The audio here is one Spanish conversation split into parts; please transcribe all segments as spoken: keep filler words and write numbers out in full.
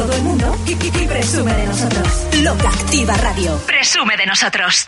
todo el mundo y, y, y presume de nosotros. Loca Activa Radio. Presume de nosotros.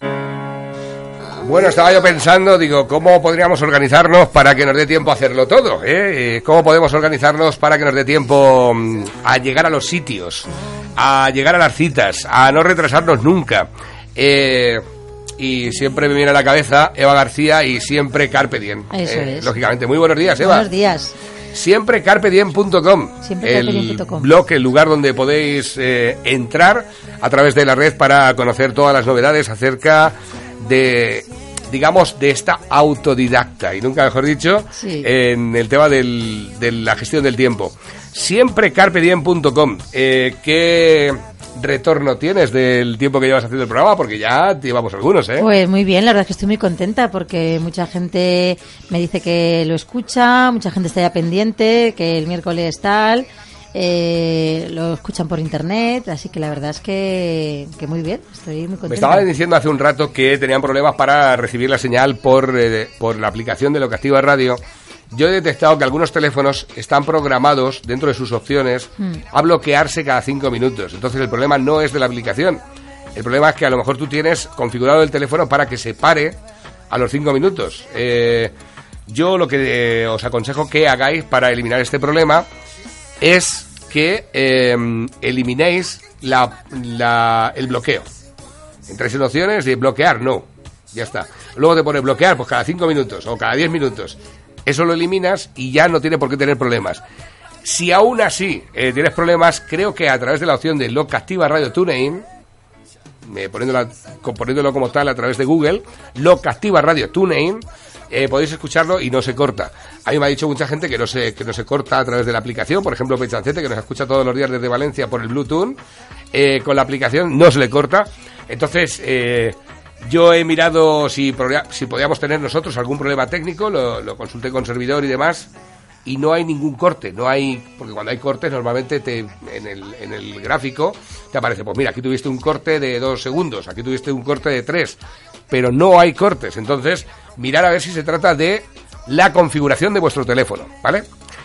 Bueno, estaba yo pensando, digo, ¿cómo podríamos organizarnos para que nos dé tiempo a hacerlo todo? ¿eh? ¿Cómo podemos organizarnos para que nos dé tiempo a llegar a los sitios, a llegar a las citas, a no retrasarnos nunca? Eh, y siempre me viene a la cabeza Eva García y siempre Carpe Diem. Eso eh, es. Lógicamente. Muy buenos días, Eva. Buenos días. Siempre carpe diem punto com, el blog, el lugar donde podéis eh, entrar a través de la red para conocer todas las novedades acerca de, digamos, de esta autodidacta, y nunca mejor dicho, sí. en el tema del, de la gestión del tiempo. Siempre carpe diem punto com. Eh, ¿Qué retorno tienes del tiempo que llevas haciendo el programa? Porque ya llevamos algunos, ¿eh? Pues muy bien, la verdad es que estoy muy contenta porque mucha gente me dice que lo escucha, mucha gente está ya pendiente, que el miércoles tal, eh, lo escuchan por internet, así que la verdad es que, que muy bien, estoy muy contenta. Me estaban diciendo hace un rato que tenían problemas para recibir la señal por, eh, por la aplicación de Loca Activa Radio. Yo he detectado que algunos teléfonos están programados, dentro de sus opciones, mm. a bloquearse cada cinco minutos. Entonces el problema no es de la aplicación. El problema es que a lo mejor tú tienes configurado el teléfono para que se pare a los cinco minutos. Eh, yo lo que eh, os aconsejo que hagáis para eliminar este problema es que eh, eliminéis la, la, el bloqueo. Entráis en opciones de bloquear, no. Ya está. Luego te pone bloquear, pues cada cinco minutos o cada diez minutos. Eso lo eliminas y ya no tiene por qué tener problemas. Si aún así eh, tienes problemas, creo que a través de la opción de Loca Activa Radio TuneIn, eh, poniéndola, poniéndolo como tal a través de Google, Loca Activa Radio TuneIn, eh, podéis escucharlo y no se corta. A mí me ha dicho mucha gente que no se, que no se corta a través de la aplicación. Por ejemplo, Pechancete, que nos escucha todos los días desde Valencia por el Bluetooth, eh, con la aplicación no se le corta. Entonces, eh, yo he mirado si, si podíamos tener nosotros algún problema técnico, lo, lo consulté con servidor y demás, y no hay ningún corte, no hay, porque cuando hay cortes normalmente te, en, el, en el gráfico te aparece, pues mira, aquí tuviste un corte de dos segundos, aquí tuviste un corte de tres, pero no hay cortes. Entonces, mirar a ver si se trata de la configuración de vuestro teléfono, ¿vale?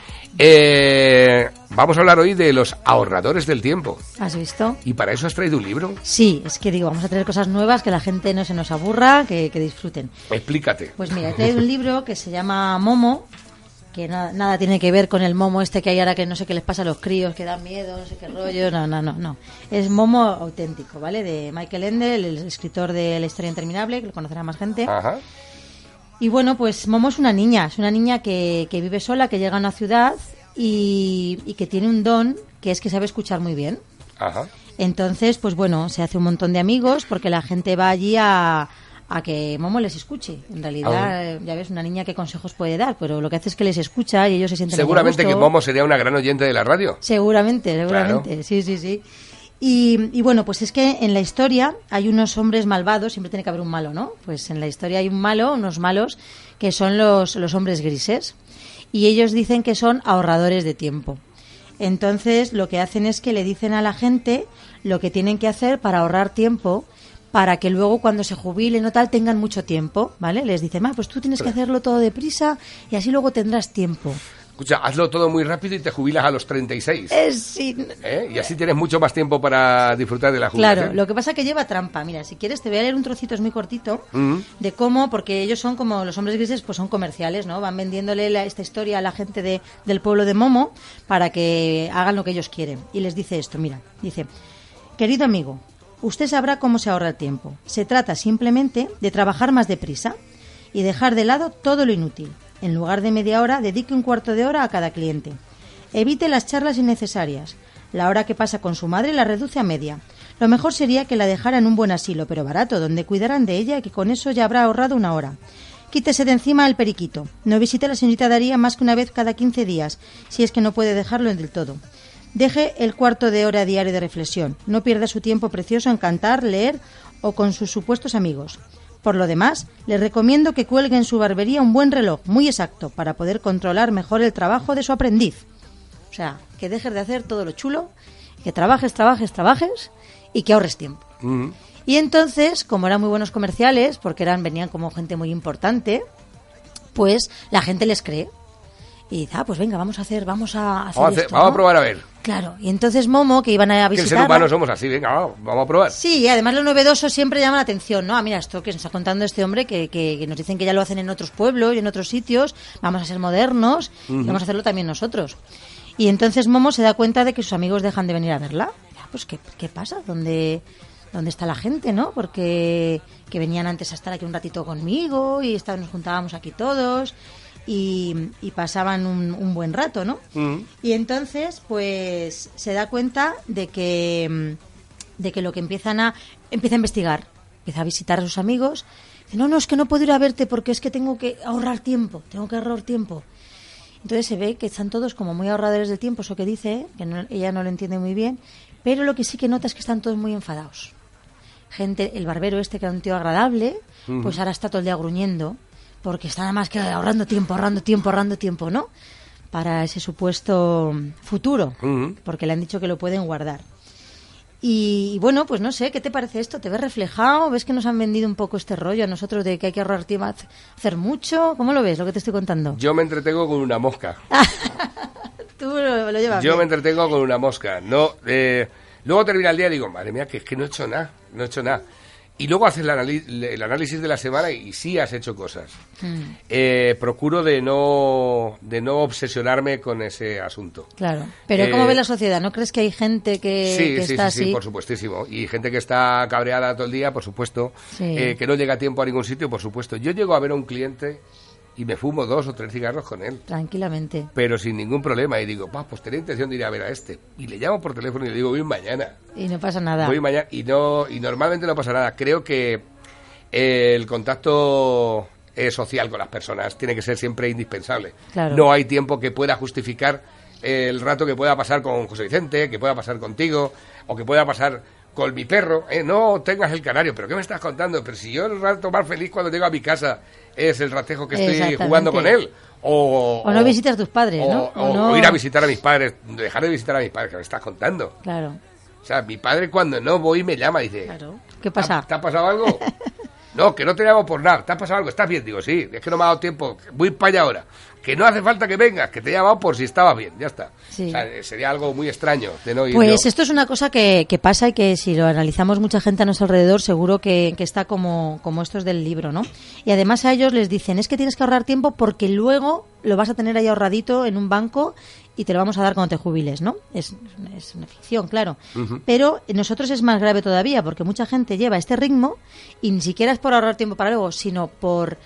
Eh, vamos a hablar hoy de los ahorradores del tiempo. ¿Has visto? ¿Y para eso has traído un libro? Sí, es que digo, vamos a traer cosas nuevas, que la gente no se nos aburra, que, que disfruten. Explícate. Pues mira, he traído un libro que se llama Momo, que nada, nada tiene que ver con el Momo este que hay ahora, que no sé qué les pasa a los críos, que dan miedo, no sé qué rollo, no, no, no, no. Es Momo auténtico, ¿vale? De Michael Ende, el escritor de La historia interminable, que lo conocerá más gente. Ajá. Y bueno, pues Momo es una niña, es una niña que, que vive sola, que llega a una ciudad y, y que tiene un don, que es que sabe escuchar muy bien. Ajá. Entonces, pues bueno, se hace un montón de amigos porque la gente va allí a, a que Momo les escuche. En realidad, ah. ya ves, una niña qué consejos puede dar, pero lo que hace es que les escucha y ellos se sienten seguramente a gusto. Que Momo sería una gran oyente de la radio. Seguramente, seguramente, claro. sí, sí, sí. Y, y bueno, pues es que en la historia hay unos hombres malvados, siempre tiene que haber un malo, ¿no? Pues en la historia hay un malo, unos malos, que son los, los hombres grises. Y ellos dicen que son ahorradores de tiempo. Entonces, lo que hacen es que le dicen a la gente lo que tienen que hacer para ahorrar tiempo, para que luego cuando se jubilen o tal tengan mucho tiempo, ¿vale? Les dicen, ah, pues tú tienes que hacerlo todo deprisa y así luego tendrás tiempo. Escucha, hazlo todo muy rápido y te jubilas a los treinta y seis. Es, sí. ¿Eh? Y así tienes mucho más tiempo para disfrutar de la jubilación. Claro, lo que pasa es que lleva trampa. Mira, si quieres te voy a leer un trocito, es muy cortito, uh-huh. de cómo, porque ellos son como los hombres grises, pues son comerciales, ¿no? Van vendiéndole la, esta historia a la gente de, del pueblo de Momo para que hagan lo que ellos quieren. Y les dice esto, mira, dice, querido amigo, usted sabrá cómo se ahorra el tiempo. Se trata simplemente de trabajar más deprisa y dejar de lado todo lo inútil. En lugar de media hora, dedique un cuarto de hora a cada cliente. Evite las charlas innecesarias. La hora que pasa con su madre la reduce a media. Lo mejor sería que la dejara en un buen asilo, pero barato, donde cuidaran de ella y que con eso ya habrá ahorrado una hora. Quítese de encima el periquito. No visite a la señorita Daría más que una vez cada quince días, si es que no puede dejarlo del todo. Deje el cuarto de hora diario de reflexión. No pierda su tiempo precioso en cantar, leer o con sus supuestos amigos. Por lo demás, le recomiendo que cuelgue en su barbería un buen reloj, muy exacto, para poder controlar mejor el trabajo de su aprendiz. O sea, que dejes de hacer todo lo chulo, que trabajes, trabajes, trabajes y que ahorres tiempo. Uh-huh. Y entonces, como eran muy buenos comerciales, porque eran venían como gente muy importante, pues la gente les cree. Y dice, ah, pues venga, vamos a hacer, vamos a hacer vamos, a hacer, esto, vamos ¿no? a probar a ver. Claro, y entonces Momo, que iban a Que el visitar... ser humano somos así, venga, vamos, vamos a probar. Sí, y además lo novedoso siempre llama la atención, ¿no? Ah, mira, esto que nos está contando este hombre, que, que, que nos dicen que ya lo hacen en otros pueblos y en otros sitios, vamos a ser modernos, uh-huh. y vamos a hacerlo también nosotros. Y entonces Momo se da cuenta de que sus amigos dejan de venir a verla. Ya, pues, ¿qué, qué pasa? ¿Dónde, ¿Dónde está la gente, no? Porque que venían antes a estar aquí un ratito conmigo y está, nos juntábamos aquí todos... Y, y pasaban un, un buen rato, ¿no? Uh-huh. Y entonces, pues, se da cuenta de que, de que lo que empiezan a... Empieza a investigar, empieza a visitar a sus amigos. Dice, no, no, es que no puedo ir a verte porque es que tengo que ahorrar tiempo, tengo que ahorrar tiempo. Entonces se ve que están todos como muy ahorradores de tiempo, eso que dice, ¿eh? Que no, ella no lo entiende muy bien, pero lo que sí que nota es que están todos muy enfadados. Gente, el barbero este, que era un tío agradable, uh-huh. pues ahora está todo el día gruñendo, porque está nada más que ahorrando tiempo, ahorrando tiempo, ahorrando tiempo, ¿no? Para ese supuesto futuro, uh-huh. porque le han dicho que lo pueden guardar. Y, y bueno, pues no sé, ¿qué te parece esto? ¿Te ves reflejado? ¿Ves que nos han vendido un poco este rollo a nosotros de que hay que ahorrar tiempo, hacer mucho? ¿Cómo lo ves, lo que te estoy contando? Yo me entretengo con una mosca. Tú lo, lo llevas Yo bien. me entretengo con una mosca. No, eh, luego termina el día y digo, madre mía, que es que no he hecho nada, no he hecho nada. Y luego haces el, anali- el análisis de la semana y sí has hecho cosas. Mm. Eh, procuro de no de no obsesionarme con ese asunto. Claro. Pero eh, ¿cómo ve la sociedad? ¿No crees que hay gente que, sí, que sí, está sí, así? Sí, por supuestísimo. Y gente que está cabreada todo el día, por supuesto. Sí. Eh, que no llega a tiempo a ningún sitio, por supuesto. Yo llego a ver a un cliente y me fumo dos o tres cigarros con él. Tranquilamente. Pero sin ningún problema. Y digo, pues tenía intención de ir a ver a este. Y le llamo por teléfono y le digo, voy mañana. Y no pasa nada. Voy mañana. Y, no, y normalmente no pasa nada. Creo que eh, el contacto eh, social con las personas tiene que ser siempre indispensable. Claro. No hay tiempo que pueda justificar eh, el rato que pueda pasar con José Vicente, que pueda pasar contigo, o que pueda pasar con mi perro. Eh, no tengas el canario. ¿Pero qué me estás contando? Pero si yo el rato más feliz cuando llego a mi casa es el ratejo que estoy jugando con él. O, o no o, visitas a tus padres, o, ¿no? O, o, no... o ir a visitar a mis padres, dejar de visitar a mis padres, que me estás contando. Claro. O sea, mi padre cuando no voy me llama y dice... Claro. ¿Qué pasa? ¿Te ha pasado algo? No, que no te llamo por nada. ¿Te ha pasado algo? ¿Estás bien? Digo, sí, es que no me ha dado tiempo. Voy para allá ahora. Que no hace falta que vengas, que te he llamado por si estaba bien, ya está. Sí. O sea, sería algo muy extraño de no ir. Pues yo. Esto es una cosa que, que pasa y que si lo analizamos mucha gente a nuestro alrededor seguro que, que está como, como estos del libro, ¿no? Y además a ellos les dicen, es que tienes que ahorrar tiempo porque luego lo vas a tener ahí ahorradito en un banco y te lo vamos a dar cuando te jubiles, ¿no? Es, es una ficción, claro. Uh-huh. Pero nosotros es más grave todavía porque mucha gente lleva este ritmo y ni siquiera es por ahorrar tiempo para luego, sino por...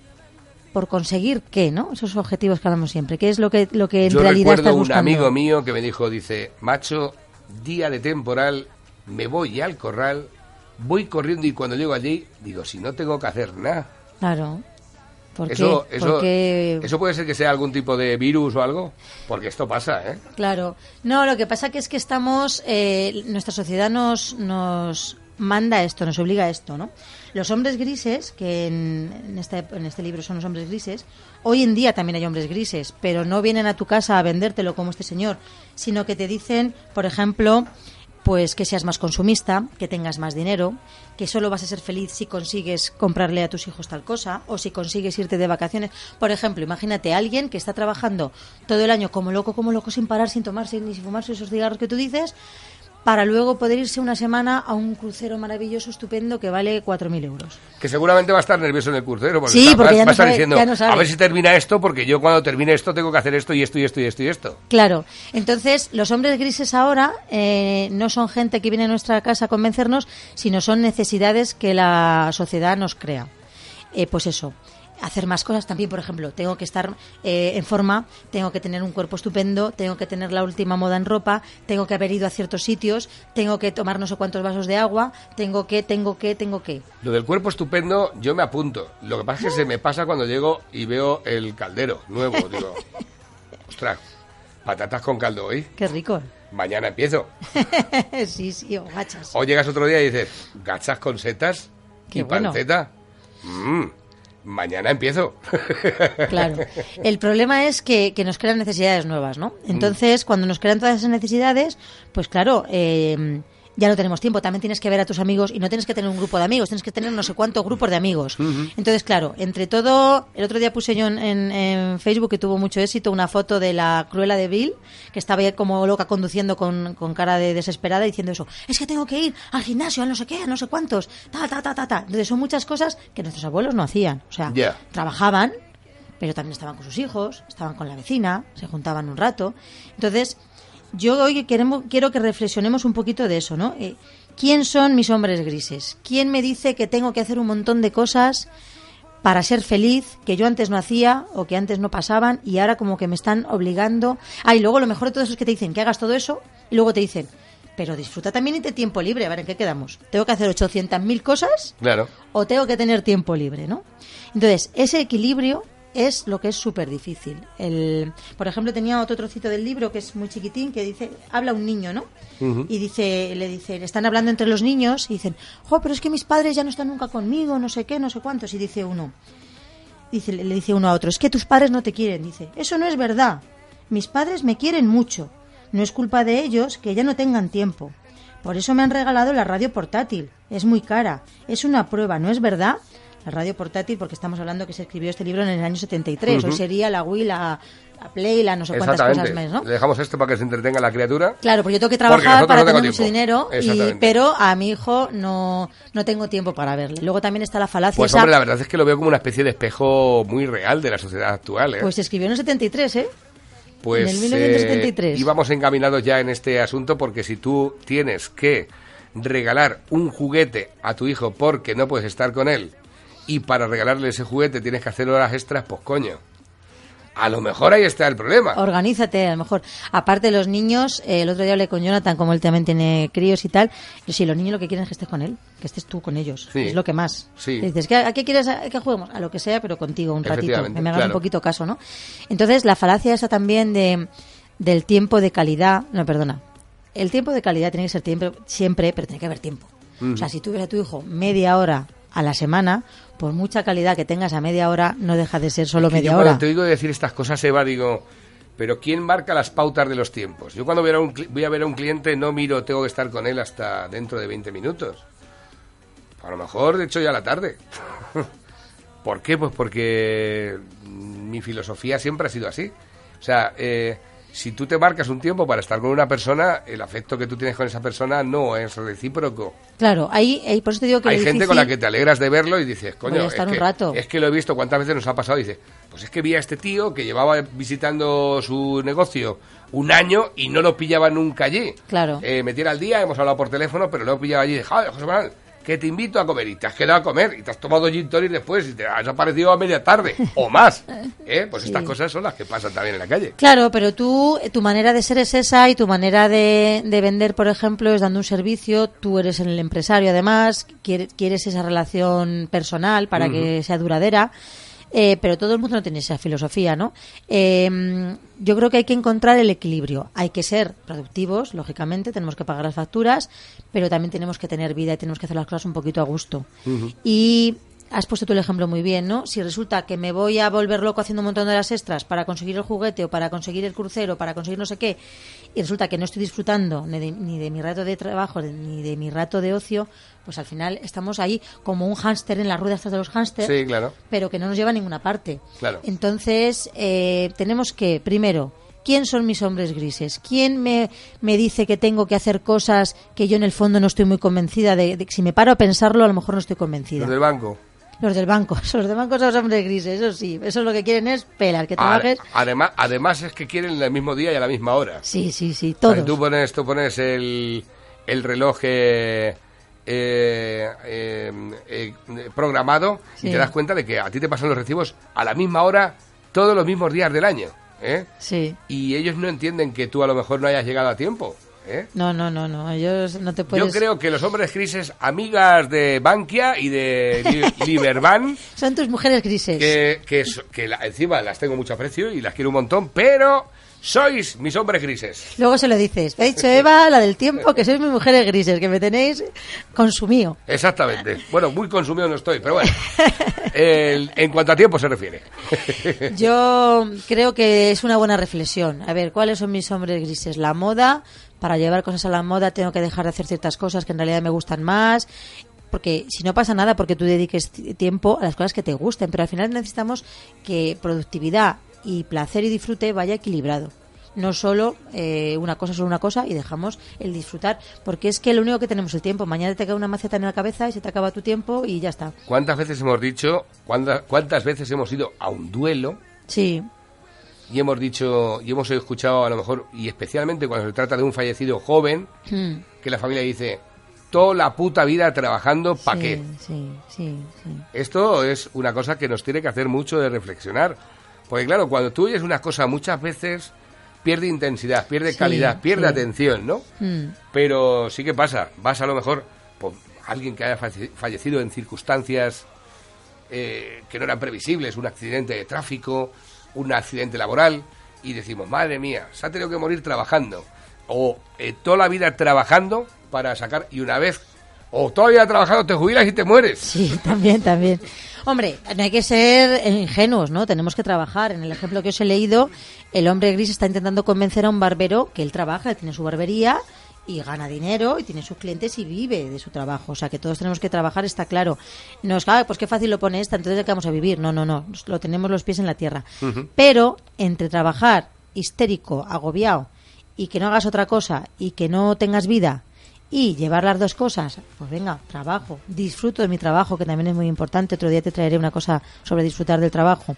por conseguir qué, ¿no? Esos objetivos que hablamos siempre. ¿Qué es lo que, lo que en Yo realidad estás buscando? Yo recuerdo un amigo mío que me dijo, dice, macho, día de temporal, me voy al corral, voy corriendo y cuando llego allí, digo, si no tengo que hacer nada. Claro. ¿Por eso, qué? Eso, Porque... ¿Eso puede ser que sea algún tipo de virus o algo? Porque esto pasa, ¿eh? Claro. No, lo que pasa que es que estamos... Eh, nuestra sociedad nos... nos manda esto, nos obliga a esto, ¿no? Los hombres grises, que en, en, este, en este libro son los hombres grises, hoy en día también hay hombres grises, pero no vienen a tu casa a vendértelo como este señor, sino que te dicen, por ejemplo, pues que seas más consumista, que tengas más dinero, que solo vas a ser feliz si consigues comprarle a tus hijos tal cosa, o si consigues irte de vacaciones. Por ejemplo, imagínate a alguien que está trabajando todo el año como loco, como loco, sin parar, sin tomarse ni sin fumarse esos cigarros que tú dices, para luego poder irse una semana a un crucero maravilloso, estupendo, que vale cuatro mil euros. Que seguramente va a estar nervioso en el crucero, porque, sí, está, porque va, ya, va no a estar sabe, diciendo, ya no sabe. A ver si termina esto, porque yo cuando termine esto tengo que hacer esto y esto y esto y esto y esto. Claro, entonces los hombres grises ahora eh, no son gente que viene a nuestra casa a convencernos, sino son necesidades que la sociedad nos crea. Eh, pues eso. Hacer más cosas también, por ejemplo, tengo que estar eh, en forma, tengo que tener un cuerpo estupendo, tengo que tener la última moda en ropa, tengo que haber ido a ciertos sitios, tengo que tomar no sé cuántos vasos de agua, tengo que, tengo que, tengo que... Lo del cuerpo estupendo yo me apunto. Lo que pasa es que se me pasa cuando llego y veo el caldero nuevo. Digo, ostras, patatas con caldo hoy. Qué rico. Mañana empiezo. Sí, sí, o gachas. O llegas otro día y dices, gachas con setas Qué y bueno. panceta. Mmm. Mañana empiezo. Claro. El problema es que, que nos crean necesidades nuevas, ¿no? Entonces, mm. cuando nos crean todas esas necesidades, pues claro, eh, ya no tenemos tiempo, también tienes que ver a tus amigos y no tienes que tener un grupo de amigos, tienes que tener no sé cuántos grupos de amigos. Uh-huh. Entonces, claro, entre todo, el otro día puse yo en, en, en Facebook, que tuvo mucho éxito, una foto de la Cruella de Vil, que estaba ahí como loca conduciendo con, con cara de desesperada diciendo eso, es que tengo que ir al gimnasio, a no sé qué, a no sé cuántos, ta, ta, ta, ta, ta. Entonces son muchas cosas que nuestros abuelos no hacían, o sea, yeah. trabajaban, pero también estaban con sus hijos, estaban con la vecina, se juntaban un rato. Entonces, yo hoy queremos, quiero que reflexionemos un poquito de eso, ¿no? Eh, ¿Quién son mis hombres grises? ¿Quién me dice que tengo que hacer un montón de cosas para ser feliz, que yo antes no hacía o que antes no pasaban y ahora como que me están obligando? Ah, y luego lo mejor de todo eso es que te dicen que hagas todo eso y luego te dicen, pero disfruta también de tiempo libre. A ver, ¿en qué quedamos? ¿Tengo que hacer ochocientas mil cosas? Claro. ¿O tengo que tener tiempo libre, no? Entonces, ese equilibrio es lo que es súper difícil. El, por ejemplo, tenía otro trocito del libro que es muy chiquitín, que dice, habla un niño, ¿no? Uh-huh. Y dice, le dice, están hablando entre los niños y dicen, jo, pero es que mis padres ya no están nunca conmigo, no sé qué, no sé cuántos. Y dice uno, dice, le dice uno a otro, es que tus padres no te quieren. Dice, eso no es verdad. Mis padres me quieren mucho. No es culpa de ellos que ya no tengan tiempo. Por eso me han regalado la radio portátil. Es muy cara. Es una prueba, ¿no es verdad? La radio portátil, porque estamos hablando que se escribió este libro en el año setenta y tres. Uh-huh. Hoy sería la Wii, la, la Play, la no sé cuántas cosas más, ¿no? Le dejamos esto para que se entretenga la criatura. Claro, porque yo tengo que trabajar para no tener mucho dinero, y, pero a mi hijo no, no tengo tiempo para verle. Luego también está la falacia. Pues esa, hombre, la verdad es que lo veo como una especie de espejo muy real de la sociedad actual, ¿eh? Pues se escribió en el setenta y tres, ¿eh? Pues en el mil novecientos setenta y tres. Eh, íbamos encaminados ya en este asunto, porque si tú tienes que regalar un juguete a tu hijo porque no puedes estar con él, y para regalarle ese juguete tienes que hacer horas extras, pues coño, a lo mejor ahí está el problema. Organízate, a lo mejor. Aparte de los niños, eh, el otro día hablé con Jonathan, como él también tiene críos y tal, y si los niños lo que quieren es que estés con él, que estés tú con ellos, sí, es lo que más. Sí. Dices, ¿qué, ¿a qué quieres a, que juguemos? A lo que sea, pero contigo un ratito, que me hagas claro. un poquito caso, ¿no? Entonces, la falacia esa también de del tiempo de calidad, no, perdona, el tiempo de calidad tiene que ser tiempo, siempre, pero tiene que haber tiempo. Uh-huh. O sea, si tú ves a tu hijo media hora a la semana, por mucha calidad que tengas a media hora, no deja de ser solo es que media yo hora. Cuando te digo decir estas cosas, Eva, digo, pero ¿quién marca las pautas de los tiempos? Yo cuando voy a, un, voy a ver a un cliente no miro, tengo que estar con él hasta dentro de veinte minutos. A lo mejor, de hecho, ya a la tarde. ¿Por qué? Pues porque mi filosofía siempre ha sido así. O sea, eh, si tú te marcas un tiempo para estar con una persona, el afecto que tú tienes con esa persona no es recíproco. Claro, ahí, ahí por eso te digo que hay es gente difícil. Con la que te alegras de verlo y dices, coño, voy a estar es, un que, rato. es que lo he visto, ¿cuántas veces nos ha pasado? Y dices, pues es que vi a este tío que llevaba visitando su negocio un año y no lo pillaba nunca allí. Claro. Eh, me tira al día, hemos hablado por teléfono, pero no lo pillaba allí. Y dije, joder, José Manuel, que te invito a comer, y te has quedado a comer y te has tomado gin tonic después y te has aparecido a media tarde o más, ¿eh? Pues sí. Estas cosas son las que pasan también en la calle. Claro, pero tú, tu manera de ser es esa, y tu manera de, de vender, por ejemplo, es dando un servicio. Tú eres el empresario, además, quieres, quieres esa relación personal para uh-huh. que sea duradera. Eh, pero todo el mundo no tiene esa filosofía, ¿no? Eh, yo creo que hay que encontrar el equilibrio. Hay que ser productivos, lógicamente, tenemos que pagar las facturas, pero también tenemos que tener vida y tenemos que hacer las cosas un poquito a gusto. Uh-huh. Y has puesto tú el ejemplo muy bien, ¿no? Si resulta que me voy a volver loco haciendo un montón de horas extras para conseguir el juguete o para conseguir el crucero, para conseguir no sé qué, y resulta que no estoy disfrutando ni de, ni de mi rato de trabajo ni de mi rato de ocio, pues al final estamos ahí como un hámster en las ruedas de los hámsters, sí, claro. pero que no nos lleva a ninguna parte. Claro. Entonces, eh, tenemos que, primero, ¿quién son mis hombres grises? ¿Quién me, me dice que tengo que hacer cosas que yo en el fondo no estoy muy convencida de, de? Si me paro a pensarlo, a lo mejor no estoy convencida. Los del banco. Los del banco, los del banco son los hombres grises, eso sí, eso es lo que quieren es pelar, que trabajes. Además, además es que quieren el mismo día y a la misma hora. Sí, sí, sí, todos. O sea, tú pones, tú pones el, el reloj eh, eh, eh, eh, programado sí. y te das cuenta de que a ti te pasan los recibos a la misma hora todos los mismos días del año, ¿eh? Sí. Y ellos no entienden que tú a lo mejor no hayas llegado a tiempo. ¿Eh? No, no, no, no, ellos no te puedes... Yo creo que los hombres grises, amigas de Bankia y de li- Liberban... Son tus mujeres grises. Que, que, que la, encima las tengo mucho aprecio y las quiero un montón, pero sois mis hombres grises. Luego se lo dices, me ha dicho Eva, la del tiempo, que sois mis mujeres grises, que me tenéis consumido. Exactamente. Bueno, muy consumido no estoy, pero bueno, el, en cuanto a tiempo se refiere. Yo creo que es una buena reflexión. A ver, ¿cuáles son mis hombres grises? La moda, para llevar cosas a la moda tengo que dejar de hacer ciertas cosas que en realidad me gustan más, porque si no pasa nada porque tú dediques tiempo a las cosas que te gusten, pero al final necesitamos que productividad y placer y disfrute vaya equilibrado. No solo eh, una cosa, solo una cosa y dejamos el disfrutar, porque es que lo único que tenemos es el tiempo. Mañana te cae una maceta en la cabeza y se te acaba tu tiempo y ya está. ¿Cuántas veces hemos dicho, cuántas, cuántas veces hemos ido a un duelo? Sí. Y hemos dicho, y hemos escuchado a lo mejor, y especialmente cuando se trata de un fallecido joven, hmm. que la familia dice, toda la puta vida trabajando, ¿para sí, qué? Sí, sí, sí. Esto es una cosa que nos tiene que hacer mucho de reflexionar. Porque claro, cuando tú oyes una cosa muchas veces pierde intensidad, pierde sí, calidad, pierde sí. atención, ¿no? Mm. Pero sí que pasa, vas a lo mejor por alguien que haya fallecido en circunstancias eh, que no eran previsibles, un accidente de tráfico, un accidente laboral, y decimos, madre mía, se ha tenido que morir trabajando, o eh, toda la vida trabajando para sacar, y una vez, o toda la vida trabajando te jubilas y te mueres. Sí, también, también. Hombre, no hay que ser ingenuos, ¿no? Tenemos que trabajar. En el ejemplo que os he leído, el hombre gris está intentando convencer a un barbero que él trabaja, él tiene su barbería y gana dinero y tiene sus clientes y vive de su trabajo. O sea, que todos tenemos que trabajar, está claro. No es, ah, pues qué fácil lo pone esta, entonces ¿de qué vamos a vivir? No, no, no, lo tenemos los pies en la tierra. Uh-huh. Pero entre trabajar histérico, agobiado y que no hagas otra cosa y que no tengas vida y llevar las dos cosas, pues venga, trabajo, disfruto de mi trabajo, que también es muy importante. Otro día te traeré una cosa sobre disfrutar del trabajo.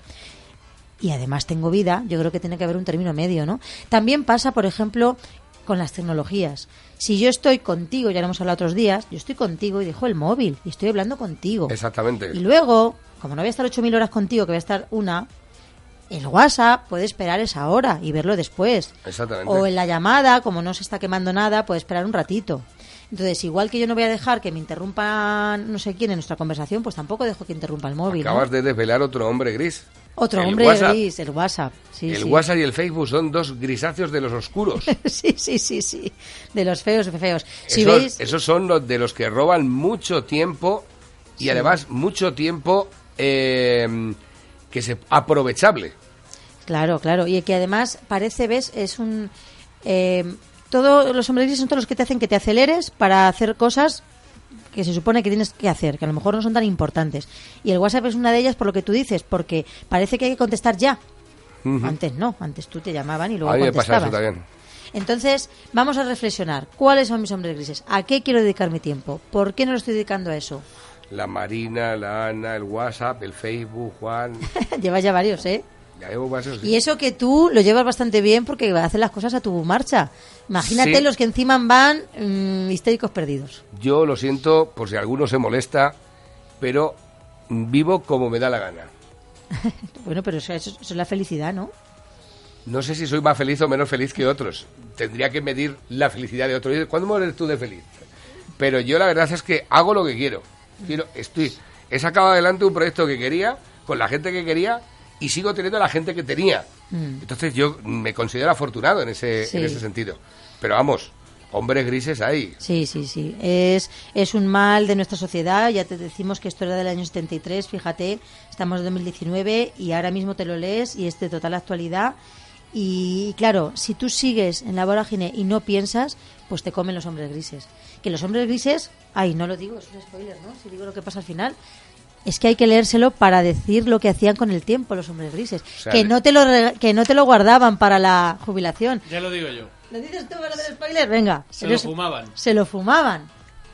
Y además tengo vida, yo creo que tiene que haber un término medio, ¿no? También pasa, por ejemplo, con las tecnologías. Si yo estoy contigo, ya lo hemos hablado otros días, yo estoy contigo y dejo el móvil y estoy hablando contigo. Exactamente. Y luego, como no voy a estar ocho mil horas contigo, que voy a estar una, el WhatsApp puede esperar esa hora y verlo después. Exactamente. O en la llamada, como no se está quemando nada, puede esperar un ratito. Entonces, igual que yo no voy a dejar que me interrumpan no sé quién en nuestra conversación, pues tampoco dejo que interrumpa el móvil. Acabas ¿no? de desvelar otro hombre gris. Otro el hombre WhatsApp. gris, el WhatsApp. Sí, el sí. WhatsApp y el Facebook son dos grisáceos de los oscuros. sí, sí, sí, sí. De los feos, feos. Si esos, veis... esos son los de los que roban mucho tiempo y sí. además mucho tiempo eh, que se aprovechable. Claro, claro. Y que además parece, ves, es un... Eh, todos los hombres grises son todos los que te hacen que te aceleres para hacer cosas que se supone que tienes que hacer, que a lo mejor no son tan importantes. Y el WhatsApp es una de ellas por lo que tú dices, porque parece que hay que contestar ya. Uh-huh. Antes no, antes tú te llamaban y luego a mí contestabas. Me pasa eso también. Entonces, vamos a reflexionar. ¿Cuáles son mis hombres grises? ¿A qué quiero dedicar mi tiempo? ¿Por qué no lo estoy dedicando a eso? La Marina, la Ana, el WhatsApp, el Facebook, Juan... Llevas ya varios, ¿eh? Ya llevo varios, sí. Y eso que tú lo llevas bastante bien porque haces las cosas a tu marcha. Imagínate sí. los que encima van mmm, histéricos perdidos. Yo lo siento por si alguno se molesta, pero vivo como me da la gana. Bueno, pero eso, eso, eso es la felicidad, ¿no? No sé si soy más feliz o menos feliz que otros. Tendría que medir la felicidad de otros. ¿Cuándo mueres tú de feliz? Pero yo la verdad es que hago lo que quiero. quiero estoy, he sacado adelante un proyecto que quería, con la gente que quería, y sigo teniendo a la gente que tenía. Mm. Entonces yo me considero afortunado en ese, sí. en ese sentido. Pero vamos, hombres grises hay. Sí, sí, sí. Es, es un mal de nuestra sociedad. Ya te decimos que esto era del año setenta y tres, fíjate, estamos en dos mil diecinueve y ahora mismo te lo lees y es de total actualidad. Y claro, si tú sigues en la vorágine y no piensas, pues te comen los hombres grises. Que los hombres grises, ay, no lo digo, es un spoiler, ¿no? Si digo lo que pasa al final... Es que hay que leérselo para decir lo que hacían con el tiempo los hombres grises. O sea, que no te lo re- que no te lo guardaban para la jubilación. Ya lo digo yo. ¿Lo dices tú para hacer spoiler? Venga. Se lo fumaban. Se lo fumaban.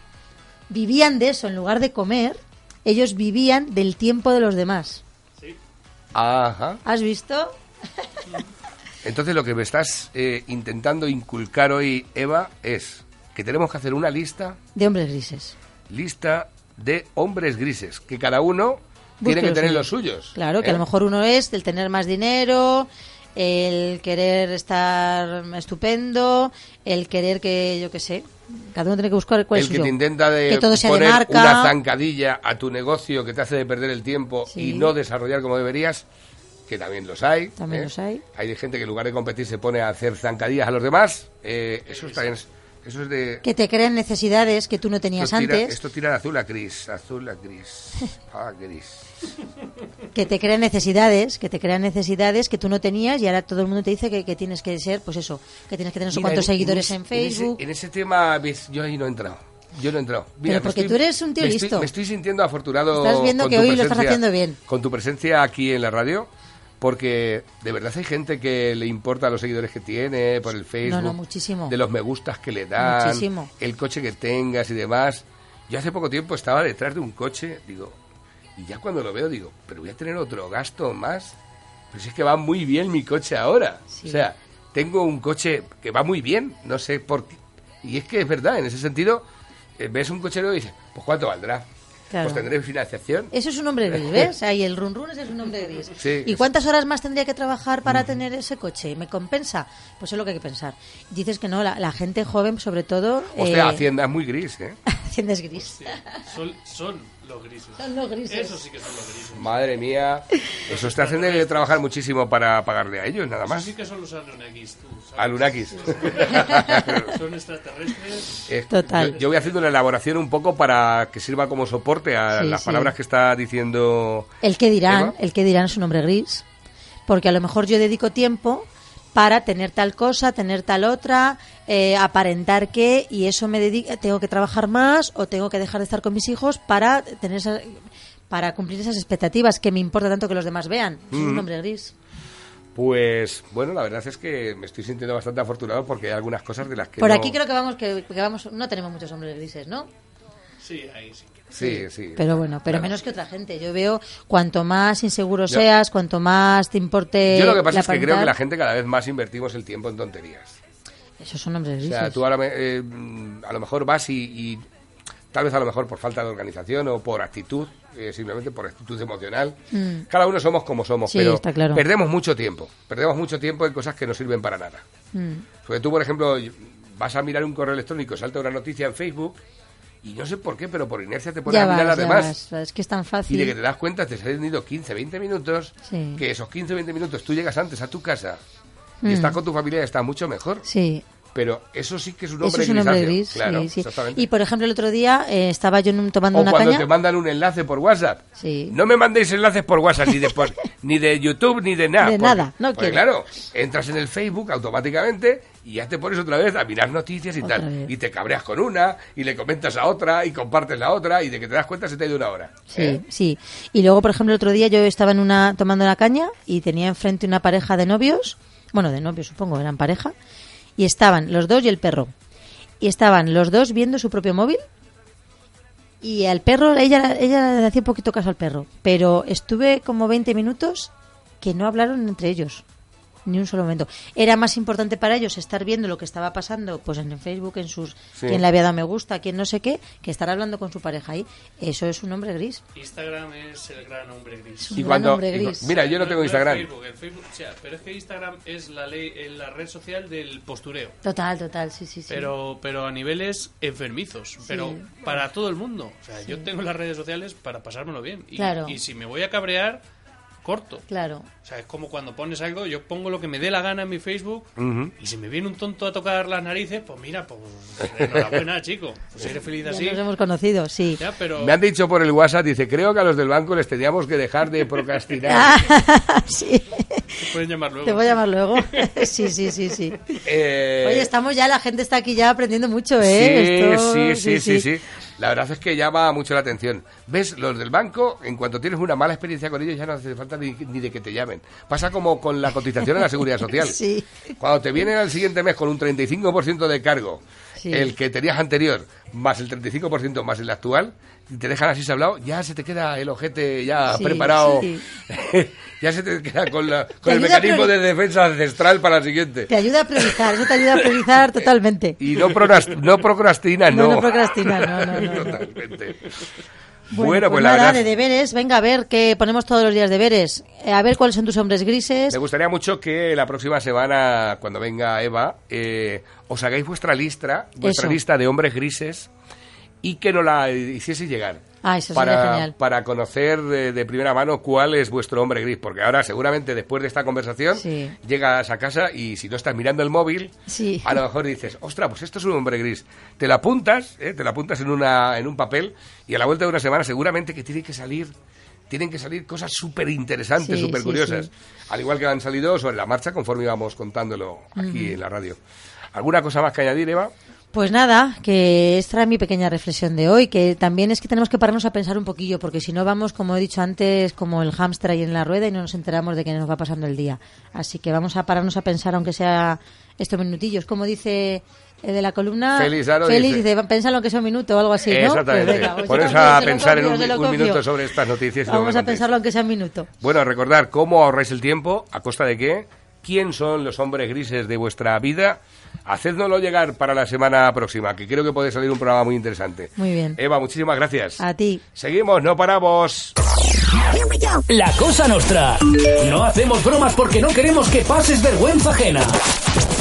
Vivían de eso. En lugar de comer, ellos vivían del tiempo de los demás. Sí. Ajá. ¿Has visto? Entonces lo que me estás eh, intentando inculcar hoy, Eva, es que tenemos que hacer una lista... De hombres grises. Lista... de hombres grises, que cada uno Busque tiene que tener los suyos. Claro, que ¿eh? a lo mejor uno es el tener más dinero, el querer estar estupendo, el querer que, yo qué sé, cada uno tiene que buscar cuál el es que suyo. te intenta de que todo sea poner de marca. Una zancadilla a tu negocio que te hace de perder el tiempo sí. y no desarrollar como deberías. que también los hay. También ¿eh? los hay. Hay gente que en lugar de competir se pone a hacer zancadillas a los demás. Eh, eso también es, eso es de... Que te crean necesidades que tú no tenías esto tira, antes. Esto tira de azul a gris, azul a gris, a gris. Que te crean necesidades, que te crean necesidades que tú no tenías y ahora todo el mundo te dice que, que tienes que ser, pues eso, que tienes que tener no sé Mira, cuántos en, seguidores en, en ese, Facebook. En ese, en ese tema, ves, yo ahí no he entrado. Yo no he entrado. Mira, Pero porque estoy, tú eres un tío me listo. Estoy, me estoy sintiendo afortunado. Estás viendo con que tu hoy lo estás presencia- haciendo bien. Con tu presencia aquí en la radio, porque de verdad hay gente que le importa los seguidores que tiene por el Facebook. No, no, muchísimo. De los me gustas que le dan. Muchísimo. El coche que tengas y demás. Yo hace poco tiempo estaba detrás de un coche, digo, y ya cuando lo veo digo, pero voy a tener otro gasto más. Pero si es que va muy bien mi coche ahora. Sí. O sea, tengo un coche que va muy bien, no sé por qué. Y es que es verdad, en ese sentido, eh, ves un coche nuevo y dices, pues ¿cuánto valdrá? Claro. Pues tendré financiación. Eso es un hombre gris, ¿ves? Ahí el run run ese es un hombre gris. Sí. ¿Y cuántas horas más tendría que trabajar para tener ese coche? ¿Me compensa? Pues es lo que hay que pensar. Dices que no, la, la gente joven, sobre todo... Hostia, eh, Hacienda es muy gris, ¿eh? Hacienda es gris. Sí, son, son los grises. Son los grises. Eso sí que son los grises. Madre mía. Eso te hacen de trabajar muchísimo para pagarle a ellos, nada Eso más. sí que son los Anunnakis, tú, ¿sabes? Anunnakis. Son extraterrestres. Eh, Total. Yo, yo voy haciendo una elaboración un poco para que sirva como soporte a Sí, las sí. palabras que está diciendo El que dirán, Eva. el que dirán es un hombre gris. Porque a lo mejor yo dedico tiempo para tener tal cosa, tener tal otra, eh, aparentar que, y eso me dedica, tengo que trabajar más o tengo que dejar de estar con mis hijos para tener esa- para cumplir esas expectativas que me importa tanto que los demás vean. Es un hombre gris. Pues bueno, la verdad es que me estoy sintiendo bastante afortunado porque hay algunas cosas de las que Por no- aquí creo que vamos, que, que vamos, no tenemos muchos hombres grises, ¿no? Sí, ahí sí. Sí, sí. Pero bueno, pero Claro. menos que otra gente. Yo veo cuanto más inseguro Yo- seas, cuanto más te importe. Yo lo que pasa la es que creo aparentar, que la gente cada vez más invertimos el tiempo en tonterías. Esos son hombres O grises. sea, tú a, la me- eh, a lo mejor vas y, y tal vez a lo mejor por falta de organización o por actitud, eh, simplemente por actitud emocional. Mm. Cada uno somos como somos, Sí, pero está claro. perdemos mucho tiempo. Perdemos mucho tiempo en cosas que no sirven para nada. Mm. Porque tú, por ejemplo, vas a mirar un correo electrónico, salta una noticia en Facebook y no sé por qué, pero por inercia te pones Ya a mirar vas, las ya demás. vas. Es que es tan Y fácil. de que te das cuenta te se han ido quince, veinte minutos, Sí. que esos quince, veinte minutos tú llegas antes a tu casa y Mm. estás con tu familia y está mucho mejor. Sí. Pero eso sí que es un Eso hombre es un hombre grisáceo. gris. Claro, sí, sí. exactamente. Y por ejemplo, el otro día eh, estaba yo en un- tomando O una cuando caña. te mandan un enlace por WhatsApp. Sí. No me mandéis enlaces por WhatsApp, ni de, por- ni de YouTube, ni de nada. De porque- nada, no porque, quiero. claro, entras en el Facebook automáticamente y ya te pones otra vez a mirar noticias y Otra tal. vez. Y te cabreas con una, y le comentas a otra, y compartes la otra, y de que te das cuenta se te ha ido una hora. Sí, ¿eh? sí. Y luego, por ejemplo, el otro día yo estaba en una tomando una caña y tenía enfrente una pareja de novios, bueno, de novios supongo, eran pareja, y estaban los dos y el perro. Y estaban los dos viendo su propio móvil y al perro, ella, ella le hacía un poquito caso al perro, pero estuve como veinte minutos que no hablaron entre ellos. Ni un solo momento. Era más importante para ellos estar viendo lo que estaba pasando pues en el Facebook, en sus... Sí. Quién le había dado me gusta, quién no sé qué, que estar hablando con su pareja ahí. Eso es un hombre gris. Instagram es el gran hombre gris. Un Y gran cuando, hombre y cu- gris. mira, yo no tengo el Instagram. Facebook, el Facebook, o sea, pero es que Instagram es la ley, es la red social del postureo. Total, total, sí, sí, sí. Pero, pero a niveles enfermizos, pero para todo el mundo. O sea, yo tengo las redes sociales para pasármelo bien. Y, Claro. y si me voy a cabrear, corto. Claro. O sea, es como cuando pones algo, yo pongo lo que me dé la gana en mi Facebook Ujú. y si me viene un tonto a tocar las narices, pues mira, pues enhorabuena, chico. Pues eres feliz Ya así. nos hemos conocido, sí. Ya, pero Me han dicho por el WhatsApp, dice, creo que a los del banco les teníamos que dejar de procrastinar. Ah, sí. te pueden llamar luego. Te voy a llamar luego. Sí, sí, sí, sí. Eh, Oye, estamos ya, la gente está aquí ya aprendiendo mucho, Sí, ¿eh? Esto- sí, sí, sí, sí. La verdad es que llama mucho la atención. ¿Ves? Los del banco, en cuanto tienes una mala experiencia con ellos, ya no hace falta ni, ni de que te llamen. Pasa como con la cotización en la Seguridad Social. Sí. Cuando te vienen al siguiente mes con un treinta y cinco por ciento de cargo, Sí. el que tenías anterior, más el treinta y cinco por ciento más el actual, y te dejan así sablado, ya se te queda el ojete ya Sí, preparado. sí. Ya se te queda con, la- Te con el ayuda a mecanismo priori- de defensa ancestral para el siguiente. Te ayuda a priorizar, eso te ayuda a priorizar totalmente. Y no, pronas- no procrastinas, no. No, no procrastinas, no, no, no, no. Totalmente. Bueno, Bueno, pues, pues la nada, verdad, de deberes, venga a ver que ponemos todos los días deberes. Eh, a ver cuáles son tus hombres grises. me gustaría mucho que la próxima semana, cuando venga Eva, eh, os hagáis vuestra lista, vuestra Eso. lista de hombres grises y que nos la hiciese llegar. Ah, eso para, sería genial. Para conocer de, de primera mano cuál es vuestro hombre gris, porque ahora seguramente después de esta conversación sí. llegas a casa y si no estás mirando el móvil, sí. a lo mejor dices, ostras, pues esto es un hombre gris. Te lo apuntas, ¿eh? te lo apuntas en, una, en un papel y a la vuelta de una semana seguramente que tiene que salir... Tienen que salir cosas súper interesantes, sí, súper curiosas. Sí, sí. Al igual que han salido sobre la marcha conforme íbamos contándolo aquí uh-huh. en la radio. ¿Alguna cosa más que añadir, Eva? Pues nada, que esta era mi pequeña reflexión de hoy, que también es que tenemos que pararnos a pensar un poquillo, porque si no vamos, como he dicho antes, como el hámster ahí en la rueda y no nos enteramos de que nos va pasando el día. Así que vamos a pararnos a pensar, aunque sea estos minutillos. Como dice el de la columna, Félix, Aro Félix dice, dice, pénsalo aunque sea un minuto o algo así, ¿no? Exactamente. Pues venga, pues pones a pensar en un, un minuto sobre estas noticias. Vamos a pensarlo aunque sea un minuto. Bueno, recordar cómo ahorráis el tiempo, a costa de qué, quién son los hombres grises de vuestra vida. Hacédnoslo llegar para la semana próxima, que creo que puede salir un programa muy interesante. Muy bien. Eva, muchísimas gracias. A ti. Seguimos, no paramos. La Cosa Nostra. No hacemos bromas porque no queremos que pases vergüenza ajena.